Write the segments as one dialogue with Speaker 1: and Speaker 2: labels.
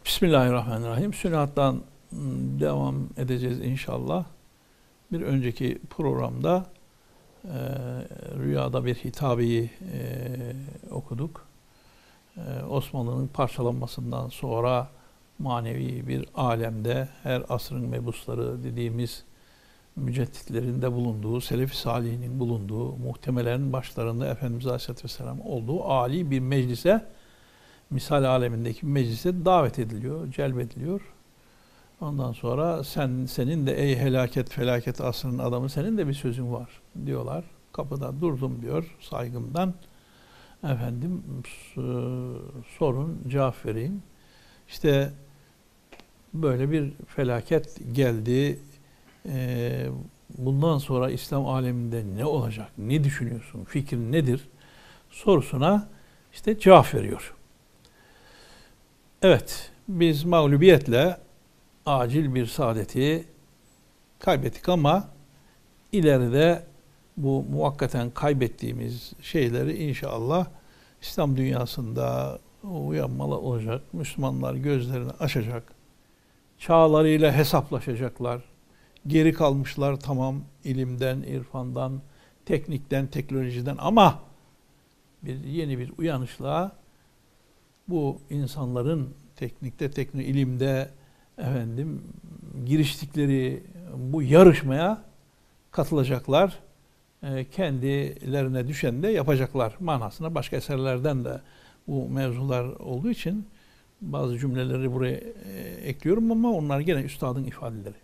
Speaker 1: Bismillahirrahmanirrahim. Sünnet'ten devam edeceğiz inşallah. Bir önceki programda rüyada bir hitabeyi okuduk. Osmanlı'nın parçalanmasından sonra manevi bir alemde her asrın mebusları dediğimiz mücedditlerin de bulunduğu, Selefi Salihinin bulunduğu, muhtemelen başlarında Efendimiz Aleyhisselatü Vesselam olduğu âli bir meclise, misal alemindeki bir meclise davet ediliyor, celbediliyor. Ondan sonra senin de ey helaket felaket asrının adamı, senin de bir sözün var diyorlar. Kapıda durdum diyor saygımdan. Efendim sorun, cevap vereyim. İşte böyle bir felaket geldi. Bundan sonra İslam aleminde ne olacak? Ne düşünüyorsun? Fikrin nedir? Sorusuna işte cevap veriyor. Evet, biz mağlubiyetle acil bir saadeti kaybettik ama ileride bu muvakkaten kaybettiğimiz şeyleri inşallah İslam dünyasında uyanmalı olacak. Müslümanlar gözlerini açacak. Çağlarıyla hesaplaşacaklar. Geri kalmışlar tamam ilimden, irfandan, teknikten, teknolojiden ama yeni bir uyanışla bu insanların teknikte, ilimde giriştikleri bu yarışmaya katılacaklar. Kendilerine düşen de yapacaklar manasına. Başka eserlerden de bu mevzular olduğu için bazı cümleleri buraya ekliyorum ama onlar gene üstadın ifadeleri.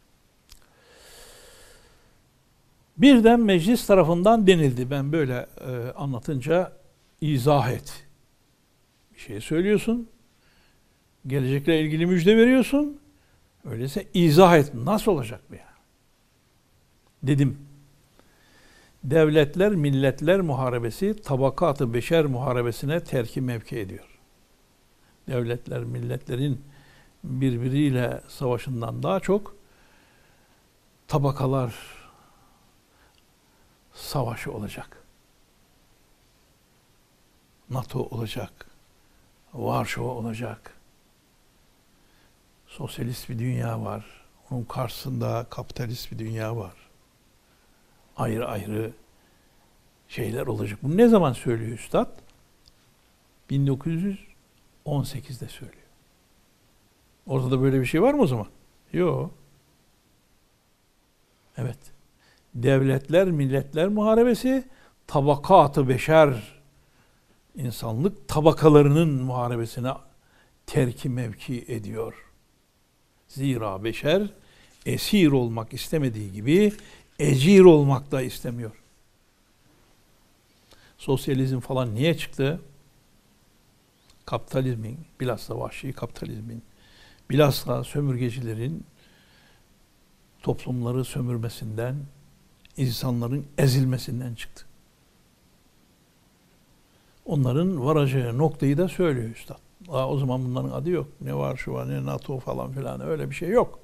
Speaker 1: Birden meclis tarafından denildi. Ben böyle anlatınca izah et. Bir şey söylüyorsun. Gelecekle ilgili müjde veriyorsun. Öyleyse izah et. Nasıl olacak bu ya? Dedim. Devletler, milletler muharebesi tabakat-ı beşer muharebesine terki mevki ediyor. Devletler, milletlerin birbiriyle savaşından daha çok tabakalar savaşı olacak. NATO olacak. Varşova olacak. Sosyalist bir dünya var. Onun karşısında kapitalist bir dünya var. Ayrı ayrı şeyler olacak. Bunu ne zaman söylüyor Üstad? 1918'de söylüyor. Ortada böyle bir şey var mı o zaman? Yok. Evet. Devletler, milletler muharebesi tabakat-ı beşer, insanlık tabakalarının muharebesine terki mevki ediyor. Zira beşer esir olmak istemediği gibi ecir olmak da istemiyor. Sosyalizm falan niye çıktı? Kapitalizmin, bilhassa vahşi kapitalizmin, bilhassa sömürgecilerin toplumları sömürmesinden, insanların ezilmesinden çıktı. Onların varacağı noktayı da söylüyor Üstad. O zaman bunların adı yok. Ne var şu var, ne NATO falan filan öyle bir şey yok.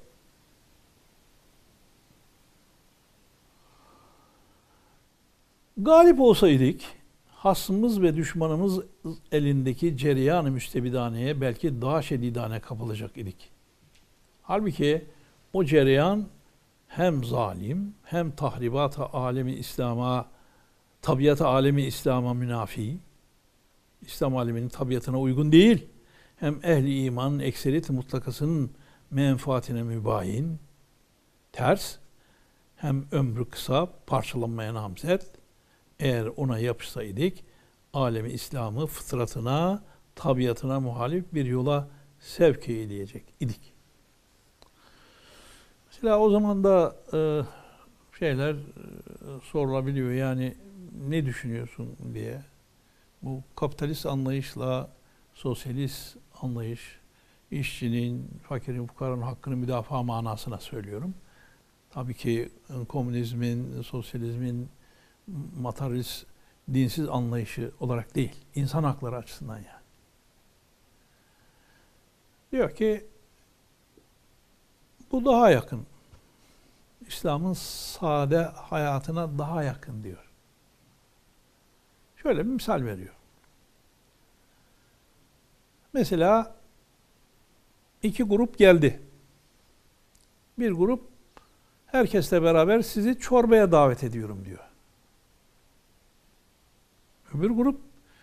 Speaker 1: Galip olsaydık, hasmımız ve düşmanımız elindeki cereyan-ı müstebidaneye belki daha şedidane kapılacak idik. Halbuki o cereyan hem zalim, hem tahribat-ı alemi İslam'a, tabiat-ı alemi İslam'a münafi, İslam aleminin tabiatına uygun değil, hem ehli imanın ekseriyet mutlakasının menfaatine mübayin, ters, hem ömrü kısa, parçalanmaya namzet. Eğer ona yapışsaydık, alemi İslam'ı fıtratına, tabiatına muhalif bir yola sevk edecek idik. Mesela o zaman da sorulabiliyor. Yani ne düşünüyorsun diye. Bu kapitalist anlayışla sosyalist anlayış, işçinin, fakirin, fukaranın hakkını müdafaa manasına söylüyorum. Tabii ki komünizmin, sosyalizmin materyalist, dinsiz anlayışı olarak değil, insan hakları açısından yani. Diyor ki, bu daha yakın. İslam'ın sade hayatına daha yakın diyor. Şöyle bir misal veriyor. Mesela iki grup geldi. Bir grup herkesle beraber sizi çorbaya davet ediyorum diyor. Öbür grup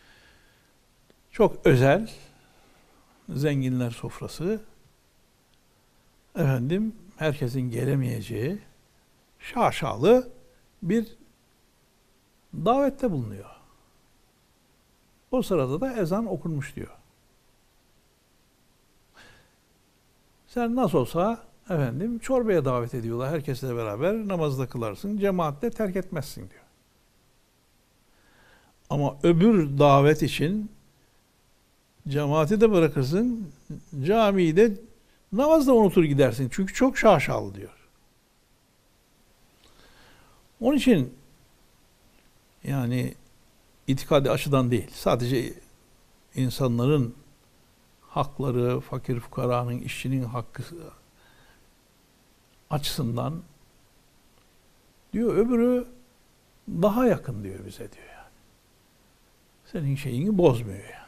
Speaker 1: çok özel, zenginler sofrası, efendim herkesin gelemeyeceği şaşalı bir davette bulunuyor. O sırada da ezan okunmuş diyor. Sen nasıl olsa efendim çorbaya davet ediyorlar. Herkesle beraber namazda kılarsın. Cemaatle terk etmezsin diyor. Ama öbür davet için cemaati de bırakırsın. Camiyi de namazda unutur gidersin. Çünkü çok şaşalı diyor. Onun için yani itikadi açıdan değil. Sadece insanların hakları, fakir fukaranın, işçinin hakkı açısından diyor, öbürü daha yakın diyor bize diyor yani. Senin şeyini bozmuyor yani.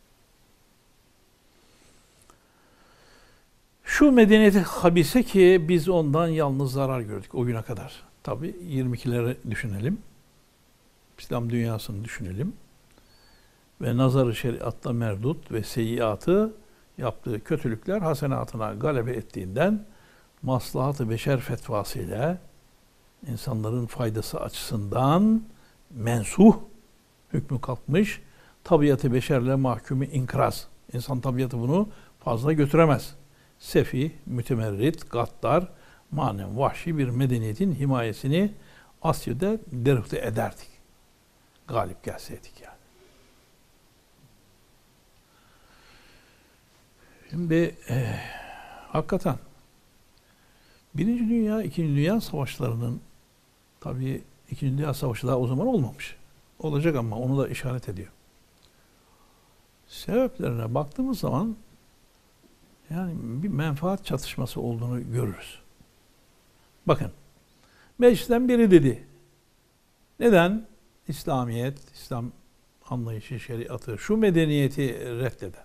Speaker 1: Şu medeniyeti habise ki biz ondan yalnız zarar gördük o güne kadar. Tabii 22'leri düşünelim. İslam dünyasını düşünelim. Ve nazar-ı şeriatla merdut ve seyyiatı yaptığı kötülükler hasenatına galebe ettiğinden maslahat-ı beşer fetvasıyla insanların faydası açısından mensuh hükmü kalkmış, tabiatı beşerle mahkumu inkraz. İnsan tabiatı bunu fazla götüremez. Sefih, mütemerrit, gaddar, manen vahşi bir medeniyetin himayesini Asya'da derhte ederdik. Galip gelseydik yani. Şimdi hakikaten Birinci Dünya, İkinci Dünya Savaşları'nın tabii İkinci Dünya Savaşı daha o zaman olmamış. Olacak ama onu da işaret ediyor. Sebeplerine baktığımız zaman yani bir menfaat çatışması olduğunu görürüz. Bakın, meclisten biri dedi. Neden? İslamiyet, İslam anlayışı, şeriatı, şu medeniyeti reddeder.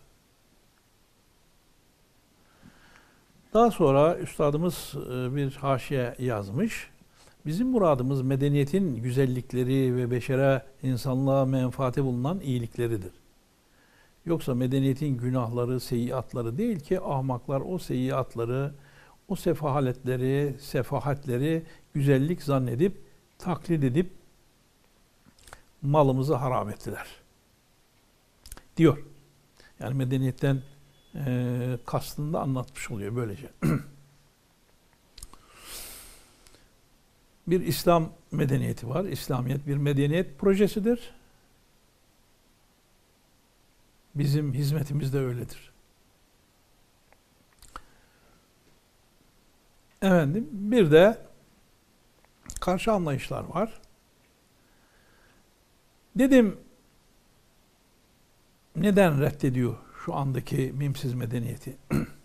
Speaker 1: Daha sonra üstadımız bir haşiye yazmış. Bizim muradımız medeniyetin güzellikleri ve beşere, insanlığa menfaati bulunan iyilikleridir. Yoksa medeniyetin günahları, seyyiatları değil ki ahmaklar o seyyiatları, o sefahatleri güzellik zannedip, taklit edip malımızı harap ettiler. Diyor. Yani medeniyetten kastını da anlatmış oluyor böylece. Bir İslam medeniyeti var. İslamiyet bir medeniyet projesidir. Bizim hizmetimiz de öyledir. Efendim, bir de karşı anlayışlar var. Dedim, neden reddediyor şu andaki mimsiz medeniyeti?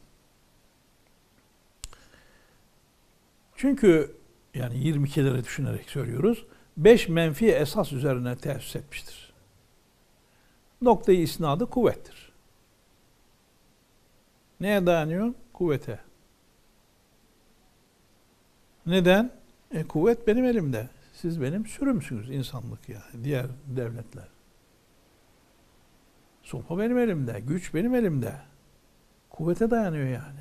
Speaker 1: Çünkü yani 22'leri düşünerek söylüyoruz. 5 menfi esas üzerine teessüs etmiştir. Noktayı isnadı kuvvettir. Neye dayanıyor? Kuvvete. Neden? Kuvvet benim elimde. Siz benim sürümsünüz, insanlık yani. Diğer devletler. Sopa benim elimde. Güç benim elimde. Kuvvete dayanıyor yani.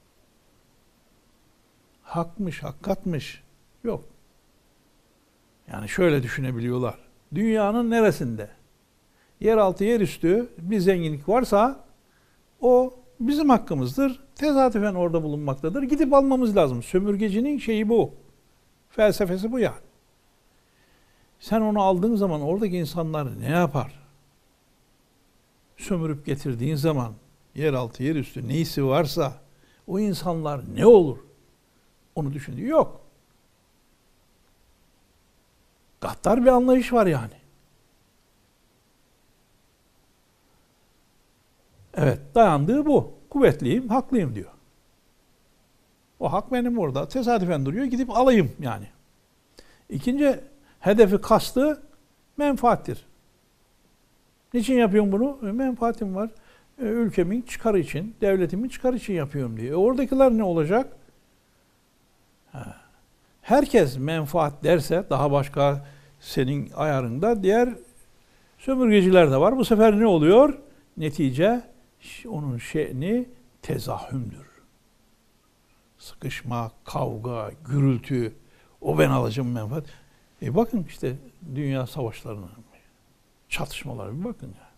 Speaker 1: Hakmış, hakikatmiş. Yok. Yani şöyle düşünebiliyorlar. Dünyanın neresinde? Yeraltı, yerüstü bir zenginlik varsa o bizim hakkımızdır. Tesadüfen orada bulunmaktadır. Gidip almamız lazım. Sömürgecinin şeyi bu. Felsefesi bu yani. Sen onu aldığın zaman oradaki insanlar ne yapar? Sömürüp getirdiğin zaman yeraltı, yerüstü neyisi varsa o insanlar ne olur? Onu düşündüğü yok. Gaddar bir anlayış var yani. Evet, dayandığı bu. Kuvvetliyim, haklıyım diyor. O hak benim orada. Tesadüfen duruyor, gidip alayım yani. İkinci hedefi, kastı menfaattir. Niçin yapıyorum bunu? Menfaatim var. ülkemin çıkarı için, devletimin çıkarı için yapıyorum diye. Oradakiler ne olacak? Herkes menfaat derse daha başka senin ayarında diğer sömürgeciler de var. Bu sefer ne oluyor? Netice onun şe'ni tezahümdür. Sıkışma, kavga, gürültü, o ben alacağım menfaat. Bakın işte dünya savaşlarına, çatışmalara bir bakın ya.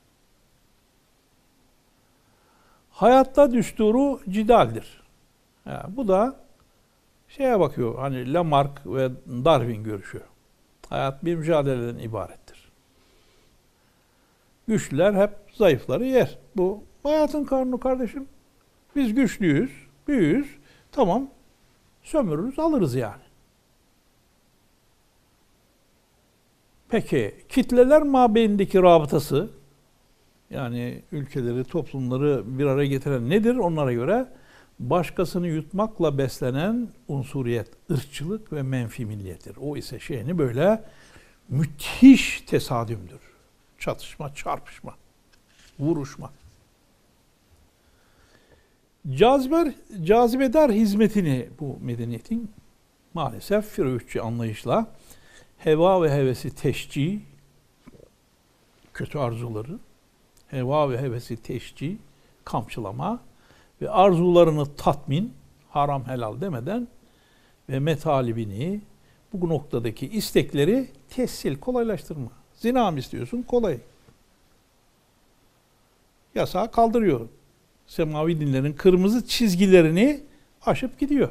Speaker 1: Hayatta düsturu cidaldir. Bu da şeye bakıyor, hani Lamarck ve Darwin görüşü. Hayat bir mücadeleden ibarettir. Güçlüler hep zayıfları yer. Bu hayatın kanunu kardeşim. Biz güçlüyüz, büyüğüz. Tamam, sömürürüz, alırız yani. Peki, kitleler mabeyindeki rabıtası, yani ülkeleri, toplumları bir araya getiren nedir? Onlara göre başkasını yutmakla beslenen unsuriyet, ırkçılık ve menfi milliyettir. O ise şeyini böyle müthiş tesadümdür. Çatışma, çarpışma, vuruşma. Cazibedar hizmetini bu medeniyetin maalesef Freudçu anlayışla heva ve hevesi teşci, kötü arzuları, heva ve hevesi teşci, kamçılama ve arzularını tatmin, haram helal demeden ve metalibini, bu noktadaki istekleri tessil, kolaylaştırma. Zina mı istiyorsun? Kolay. Yasağı kaldırıyor. Semavi dinlerin kırmızı çizgilerini aşıp gidiyor.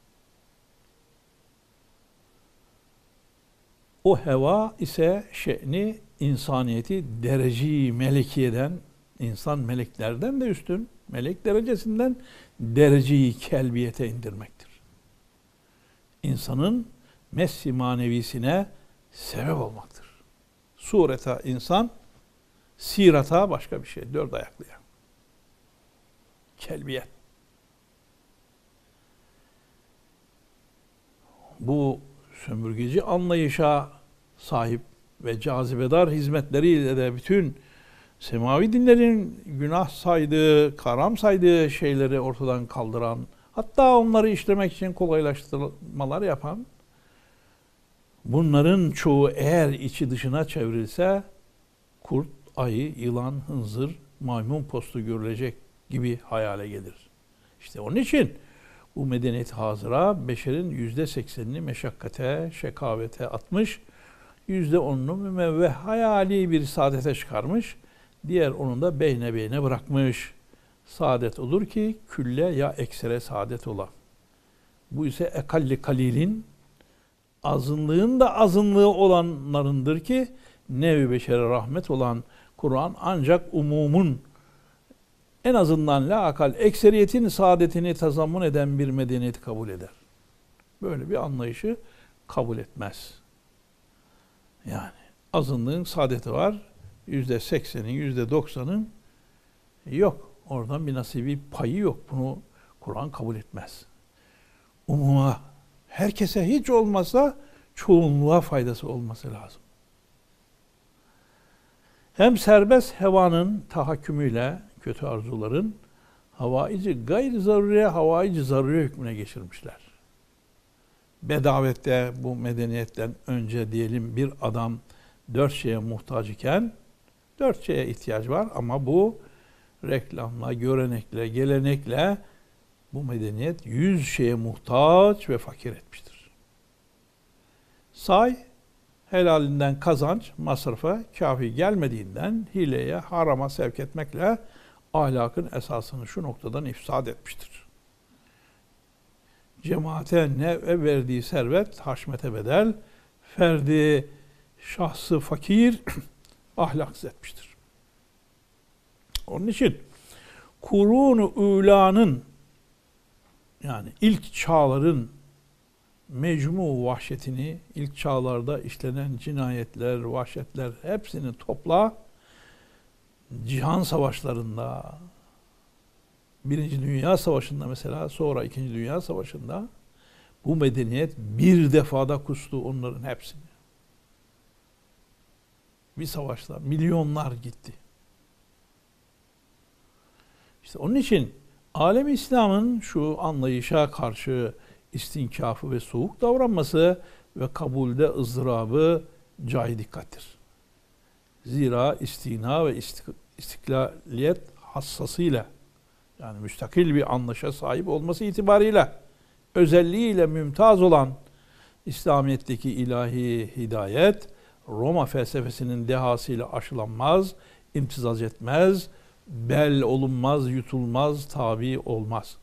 Speaker 1: O heva ise şe'ni insaniyeti derece-i melekiyeden, insan meleklerden de üstün, melek derecesinden derece-i kelbiyete indirmektir. İnsanın messi manevisine sebep olmaktır. Sureta insan, sirata başka bir şey, dört ayaklı yani. Kelbiyet. Bu sömürgeci anlayışa sahip ve cazibedar hizmetleriyle de bütün semavi dinlerin günah saydığı, karam saydığı şeyleri ortadan kaldıran, hatta onları işlemek için kolaylaştırmalar yapan, bunların çoğu eğer içi dışına çevrilse kurt, ayı, yılan, hınzır, maymun postu görülecek gibi hayale gelir. İşte onun için bu medeniyet hazıra beşerin %80'ini meşakkate, şekavete atmış, %10'unu mümevveh hayali bir saadete çıkarmış, diğer onu da beyne bırakmış. Saadet olur ki külle ya eksere saadet ola. Bu ise ekalli kalilin, azınlığın da azınlığı olanlarındır ki nev-i beşere rahmet olan Kur'an ancak umumun en azından la akal ekseriyetin saadetini tazammun eden bir medeniyeti kabul eder. Böyle bir anlayışı kabul etmez. Yani azınlığın saadeti var. %80'in, %90'ın yok. Oradan bir nasibi payı yok. Bunu Kur'an kabul etmez. Umuma, herkese hiç olmazsa çoğunluğa faydası olması lazım. Hem serbest hevanın tahakkümüyle kötü arzuların havaici gayri zaruriye, havaici zaruriye hükmüne geçirmişler. Bedavette bu medeniyetten önce diyelim bir adam 4 şeye muhtaç iken 4 şeye ihtiyaç var ama bu reklamla, görenekle, gelenekle bu medeniyet 100 şeye muhtaç ve fakir etmiştir. Say, helalinden kazanç, masrafa kafi gelmediğinden hileye, harama sevk etmekle ahlakın esasını şu noktadan ifsad etmiştir. Cemaate nev'e verdiği servet haşmete bedel, ferdi şahsı fakir ahlaksız etmiştir. Onun için kurun-u ülanın yani ilk çağların mecmu vahşetini, ilk çağlarda işlenen cinayetler, vahşetler hepsini topla, cihan savaşlarında, Birinci Dünya Savaşı'nda mesela, sonra İkinci Dünya Savaşı'nda bu medeniyet bir defada kustu onların hepsini. Bir savaşta milyonlar gitti. İşte onun için alem-i İslam'ın şu anlayışa karşı istinkafı ve soğuk davranması ve kabulde ızdırabı cai dikkattir. Zira istina ve istiklaliyet hassasıyla, yani müstakil bir anlayışa sahip olması itibariyle özelliğiyle mümtaz olan İslamiyet'teki ilahi hidayet, Roma felsefesinin dehasıyla aşılanmaz, imtizaz etmez, bel olunmaz, yutulmaz, tabi olmaz.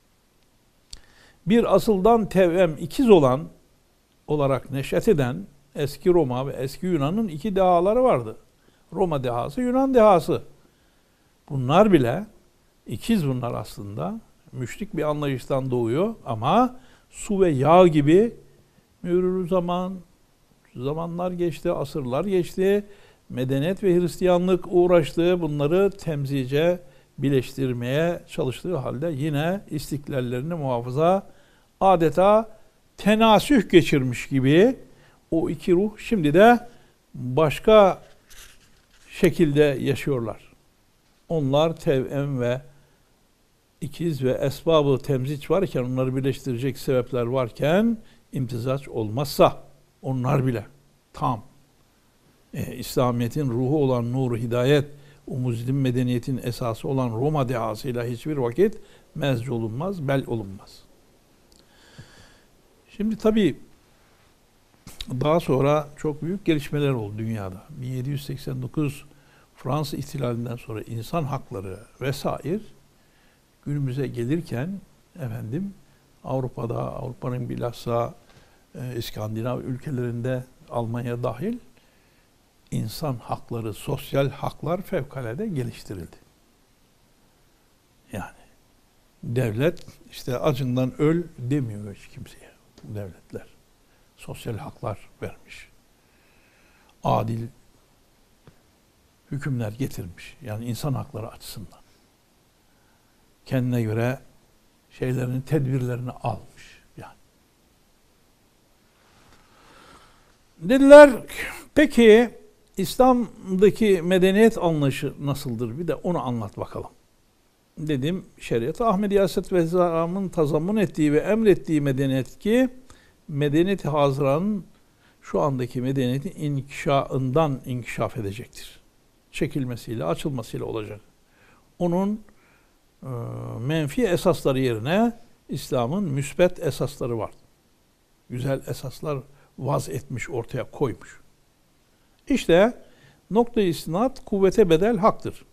Speaker 1: Bir asıldan tevem ikiz olan olarak neşet eden eski Roma ve eski Yunan'ın iki dehaları vardı. Roma dehası, Yunan dehası. Bunlar bile, ikiz bunlar aslında, müşrik bir anlayıştan doğuyor ama su ve yağ gibi mürür zamanlar geçti, asırlar geçti. Medeniyet ve Hristiyanlık uğraştığı bunları temzice, birleştirmeye çalıştığı halde yine istiklallerini muhafaza, adeta tenasüh geçirmiş gibi o iki ruh şimdi de başka şekilde yaşıyorlar. Onlar tevem ve ikiz ve esbabı temziç varken, onları birleştirecek sebepler varken imtizaç olmazsa onlar bile tam İslamiyet'in ruhu olan nur-u hidayet, o Müslim medeniyetin esası olan Roma dehasıyla hiçbir vakit mezc olunmaz, bel olunmaz. Şimdi tabii daha sonra çok büyük gelişmeler oldu dünyada. 1789 Fransız ihtilalinden sonra insan hakları vesaire günümüze gelirken Avrupa'da, Avrupa'nın bilhassa İskandinav ülkelerinde, Almanya dahil insan hakları, sosyal haklar fevkalade geliştirildi. Yani devlet işte acından öl demiyor hiç kimseye. Devletler sosyal haklar vermiş. Adil hükümler getirmiş. Yani insan hakları açısından. Kendine göre tedbirlerini almış. Yani. Dediler peki İslam'daki medeniyet anlayışı nasıldır? Bir de onu anlat bakalım. Dedim şeriat-ı Ahmedi Aleyhisselatü Vesselam'ın tazammun ettiği ve emrettiği medeniyet ki medeniyet-i hazıranın şu andaki medeniyetin inkişafından inkişaf edecektir. Çekilmesiyle, açılmasıyla olacak. Onun menfi esasları yerine İslam'ın müsbet esasları var. Güzel esaslar vaz etmiş, ortaya koymuş. İşte nokta-i istinad kuvvete bedel haktır.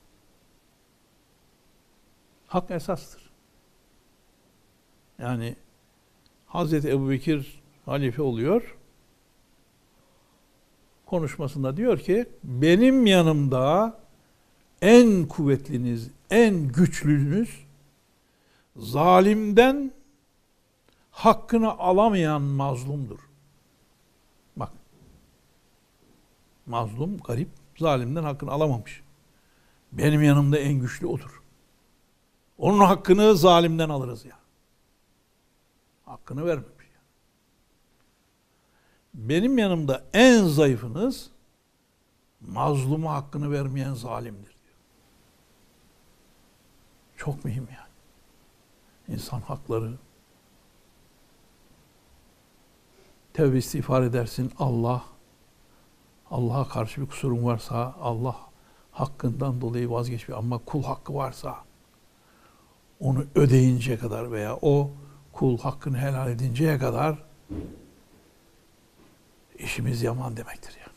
Speaker 1: Hak esastır. Yani Hazreti Ebubekir halife oluyor. Konuşmasında diyor ki benim yanımda en kuvvetliniz, en güçlünüz zalimden hakkını alamayan mazlumdur. Bak. Mazlum, garip, zalimden hakkını alamamış. Benim yanımda en güçlü odur. Onun hakkını zalimden alırız ya. Hakkını vermemiş. Ya. Benim yanımda en zayıfınız mazluma hakkını vermeyen zalimdir diyor. Çok mühim yani. İnsan hakları. Tevbe istiğfar edersin. Allah'a karşı bir kusurun varsa Allah hakkından dolayı vazgeçmiyor. Ama kul hakkı varsa onu ödeyinceye kadar veya o kul hakkını helal edinceye kadar işimiz yaman demektir yani.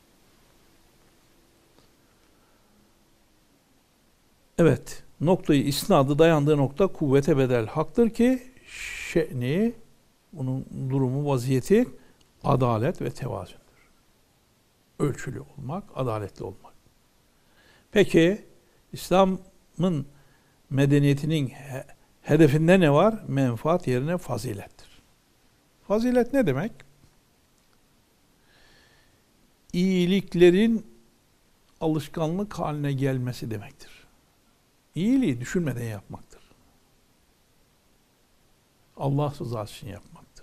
Speaker 1: Evet, noktayı isnadı dayandığı nokta kuvvete bedel haktır ki şe'ni, bunun durumu, vaziyeti adalet ve tevazündür. Ölçülü olmak, adaletli olmak. Peki İslam'ın medeniyetinin hedefinde ne var? Menfaat yerine fazilettir. Fazilet ne demek? İyiliklerin alışkanlık haline gelmesi demektir. İyiliği düşünmeden yapmaktır. Allah rızası için yapmaktır.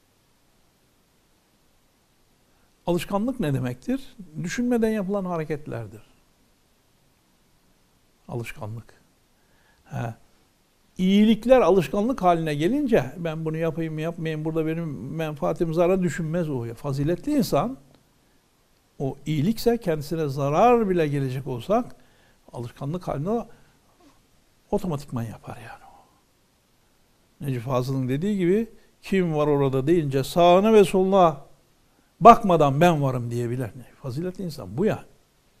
Speaker 1: Alışkanlık ne demektir? Düşünmeden yapılan hareketlerdir. Alışkanlık. He. İyilikler alışkanlık haline gelince ben bunu yapayım mı yapmayayım, burada benim menfaatim zarar düşünmez o. Faziletli insan o iyilikse kendisine zarar bile gelecek olsak alışkanlık haline otomatikman yapar yani o. Necip Fazıl'ın dediği gibi kim var orada deyince sağına ve soluna bakmadan ben varım diyebilir. Faziletli insan bu yani.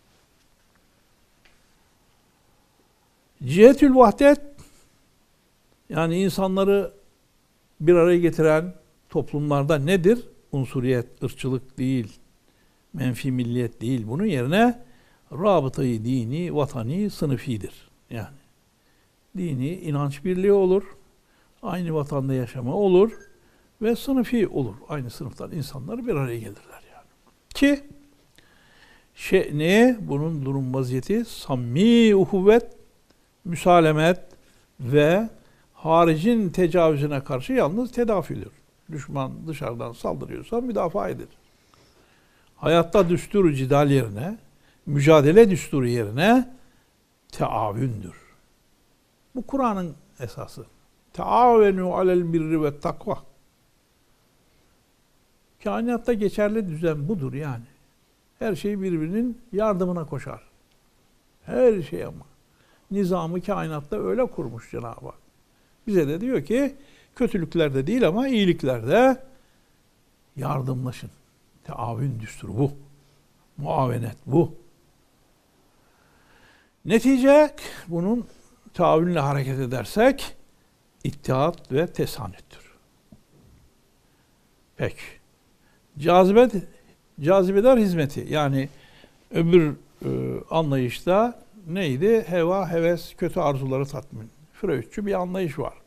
Speaker 1: Cihetül vahdet yani insanları bir araya getiren toplumlarda nedir? Unsuriyet, ırkçılık değil, menfi milliyet değil. Bunun yerine rabıtayı dini, vatani, sınıfidir. Yani dini inanç birliği olur, aynı vatanda yaşama olur ve sınıfi olur. Aynı sınıftan insanlar bir araya gelirler yani. Ki ne? Bunun durum vaziyeti samimi uhuvvet, müsalemet ve haricin tecavüzüne karşı yalnız tedafidir. Düşman dışarıdan saldırıyorsa müdafaa edilir. Hayatta düsturu cidal yerine, mücadele düsturu yerine teavündür. Bu Kur'an'ın esası. Teavenu alel birri ve takva. Kainatta geçerli düzen budur yani. Her şey birbirinin yardımına koşar. Her şey ama. Nizamı kainatta öyle kurmuş Cenab-ı Hak. Bize de diyor ki kötülüklerde değil ama iyiliklerde yardımlaşın. Teavün düsturu bu. Muavenet bu. Netice bunun taavünle hareket edersek ittihat ve tesanüttür. Peki. Cazibedar hizmeti yani öbür anlayışta neydi? Heva, heves, kötü arzuları tatmin. Freudçu bir anlayış var.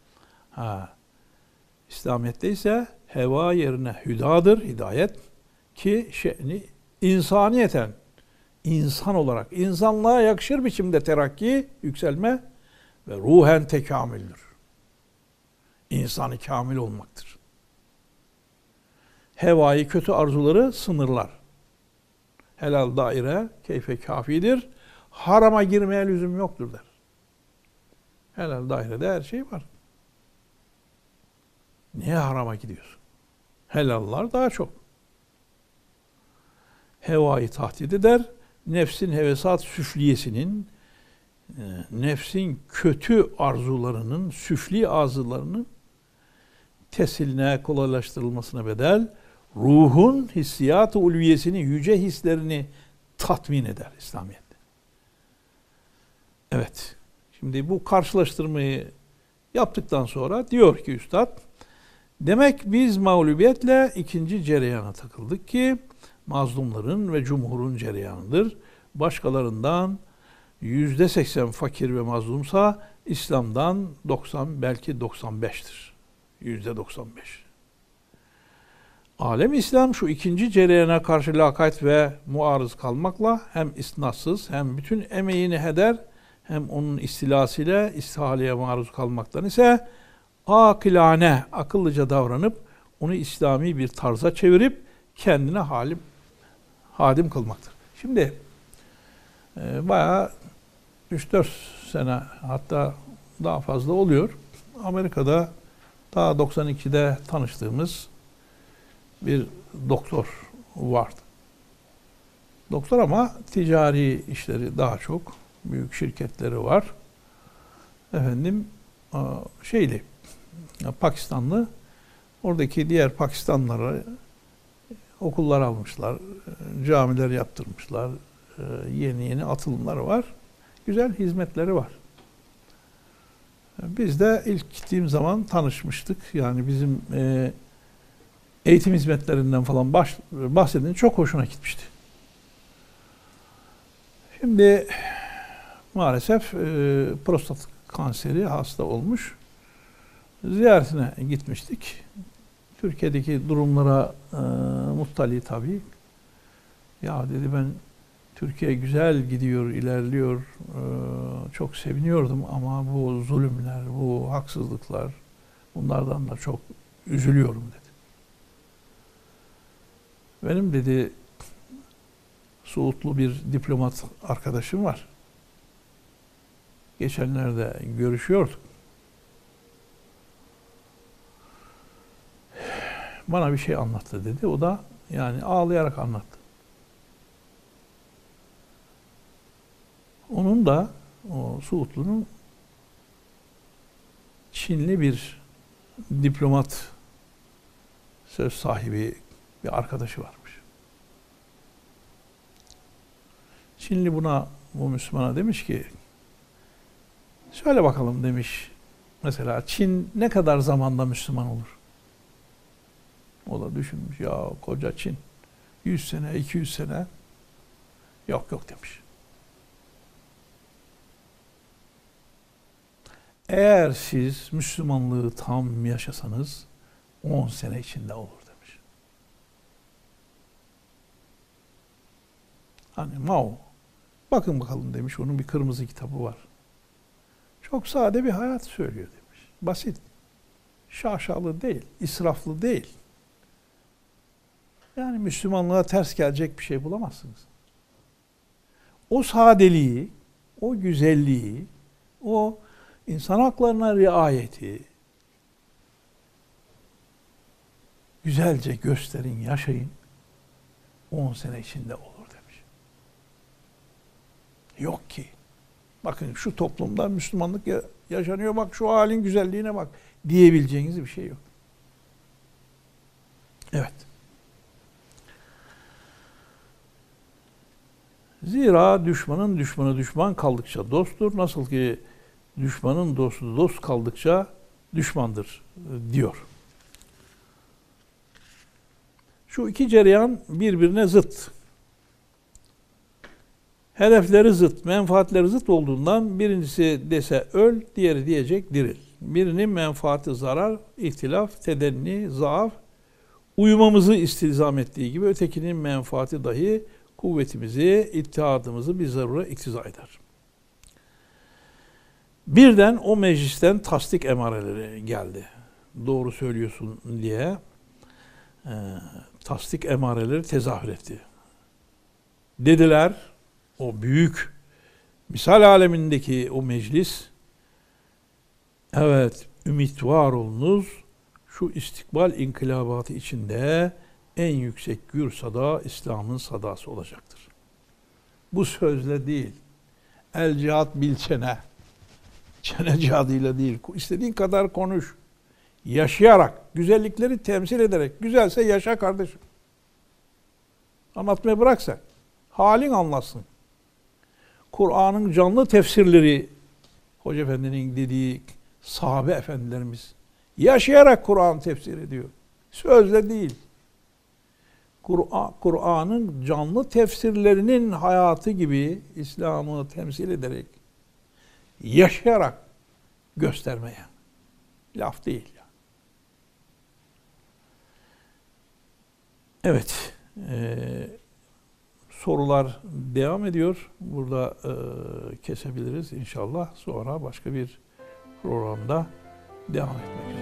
Speaker 1: İslamiyet'te ise heva yerine hüdadır, hidayet ki şe'ni insaniyeten, insan olarak, insanlığa yakışır biçimde terakki, yükselme ve ruhen tekamüldür. İnsanı kamil olmaktır. Hevayı, kötü arzuları sınırlar. Helal daire, keyfe kafidir. Harama girmeye lüzum yoktur der. Helal dairede her şey var. Niye harama gidiyorsun? Helallar daha çok. Hevayı tahdid eder. Nefsin hevesat süfliyesinin, nefsin kötü arzularının, süfli arzularının teshiline, kolaylaştırılmasına bedel, ruhun hissiyat-ı ulviyesini, yüce hislerini tatmin eder İslamiyet. Evet. Şimdi bu karşılaştırmayı yaptıktan sonra diyor ki üstad, demek biz mağlubiyetle ikinci cereyana takıldık ki mazlumların ve cumhurun cereyanıdır. Başkalarından %80 fakir ve mazlumsa İslam'dan 90 belki 95'tir. %95. Alem İslam şu ikinci cereyana karşı lakayt ve muarız kalmakla hem isnatsız hem bütün emeğini heder hem onun istilasıyla istihaleye maruz kalmaktan ise akilane, akıllıca davranıp onu İslami bir tarza çevirip kendine hadim kılmaktır. Şimdi bayağı 3-4 sene hatta daha fazla oluyor. Amerika'da daha 92'de tanıştığımız bir doktor vardı. Doktor ama ticari işleri daha çok. Büyük şirketleri var. Efendim Pakistanlı. Oradaki diğer Pakistanlılara okullar almışlar. Camiler yaptırmışlar. Yeni atılımları var. Güzel hizmetleri var. Biz de ilk gittiğim zaman tanışmıştık. Yani bizim eğitim hizmetlerinden falan bahsedince çok hoşuna gitmişti. Şimdi maalesef prostat kanseri hasta olmuş. Ziyaretine gitmiştik. Türkiye'deki durumlara muttali tabii. Ya dedi ben Türkiye güzel gidiyor, ilerliyor. Çok seviniyordum ama bu zulümler, bu haksızlıklar bunlardan da çok üzülüyorum dedi. Benim dedi Suudlu bir diplomat arkadaşım var. geçenlerde görüşüyorduk. Bana bir şey anlattı dedi. O da yani ağlayarak anlattı. Onun da o Suudlu'nun Çinli bir diplomat, söz sahibi bir arkadaşı varmış. Çinli bu Müslümana demiş ki, söyle bakalım demiş, mesela Çin ne kadar zamanda Müslüman olur? O da düşünmüş, ya koca Çin 100 sene, 200 sene, yok demiş. Eğer siz Müslümanlığı tam yaşasanız 10 sene içinde olur demiş. Hani Mao, bakın bakalım demiş, onun bir kırmızı kitabı var. Çok sade bir hayat söylüyor demiş. Basit. Şaşalı değil, israflı değil. Yani Müslümanlığa ters gelecek bir şey bulamazsınız. O sadeliği, o güzelliği, o insan haklarına riayeti güzelce gösterin, yaşayın. 10 sene içinde olur demiş. Yok ki. Bakın şu toplumda Müslümanlık yaşanıyor, bak şu halin güzelliğine bak diyebileceğiniz bir şey yok. Evet. Zira düşmanın düşmanı düşman kaldıkça dosttur. Nasıl ki düşmanın dostu dost kaldıkça düşmandır diyor. Şu iki cereyan birbirine zıt. Hedefleri zıt, menfaatleri zıt olduğundan birincisi dese öl, diğeri diyecek diril. Birinin menfaati zarar, ihtilaf, tedenni, zaaf, uyumamızı istilzam ettiği gibi ötekinin menfaati dahi kuvvetimizi, ittihadımızı bir zarura iktiza eder. Birden o meclisten tasdik emareleri geldi. Doğru söylüyorsun diye tasdik emareleri tezahür etti. Dediler, o büyük misal alemindeki o meclis, evet ümit var olunuz, şu istikbal inkılabatı içinde en yüksek gür sada İslam'ın sadası olacaktır. Bu sözle değil, el cihat bil çene, çene cihadıyla değil, istediğin kadar konuş, yaşayarak, güzellikleri temsil ederek, güzelse yaşa kardeşim. Anlatmayı bırak sen, halin anlatsın. Kur'an'ın canlı tefsirleri, Hoca Efendi'nin dediği sahabe efendilerimiz yaşayarak Kur'an tefsir ediyor. Sözle değil. Kur'an'ın canlı tefsirlerinin hayatı gibi İslam'ı temsil ederek, yaşayarak göstermeye. Laf değil. Evet. Sorular devam ediyor. Burada kesebiliriz inşallah. Sonra başka bir programda devam etmek üzere.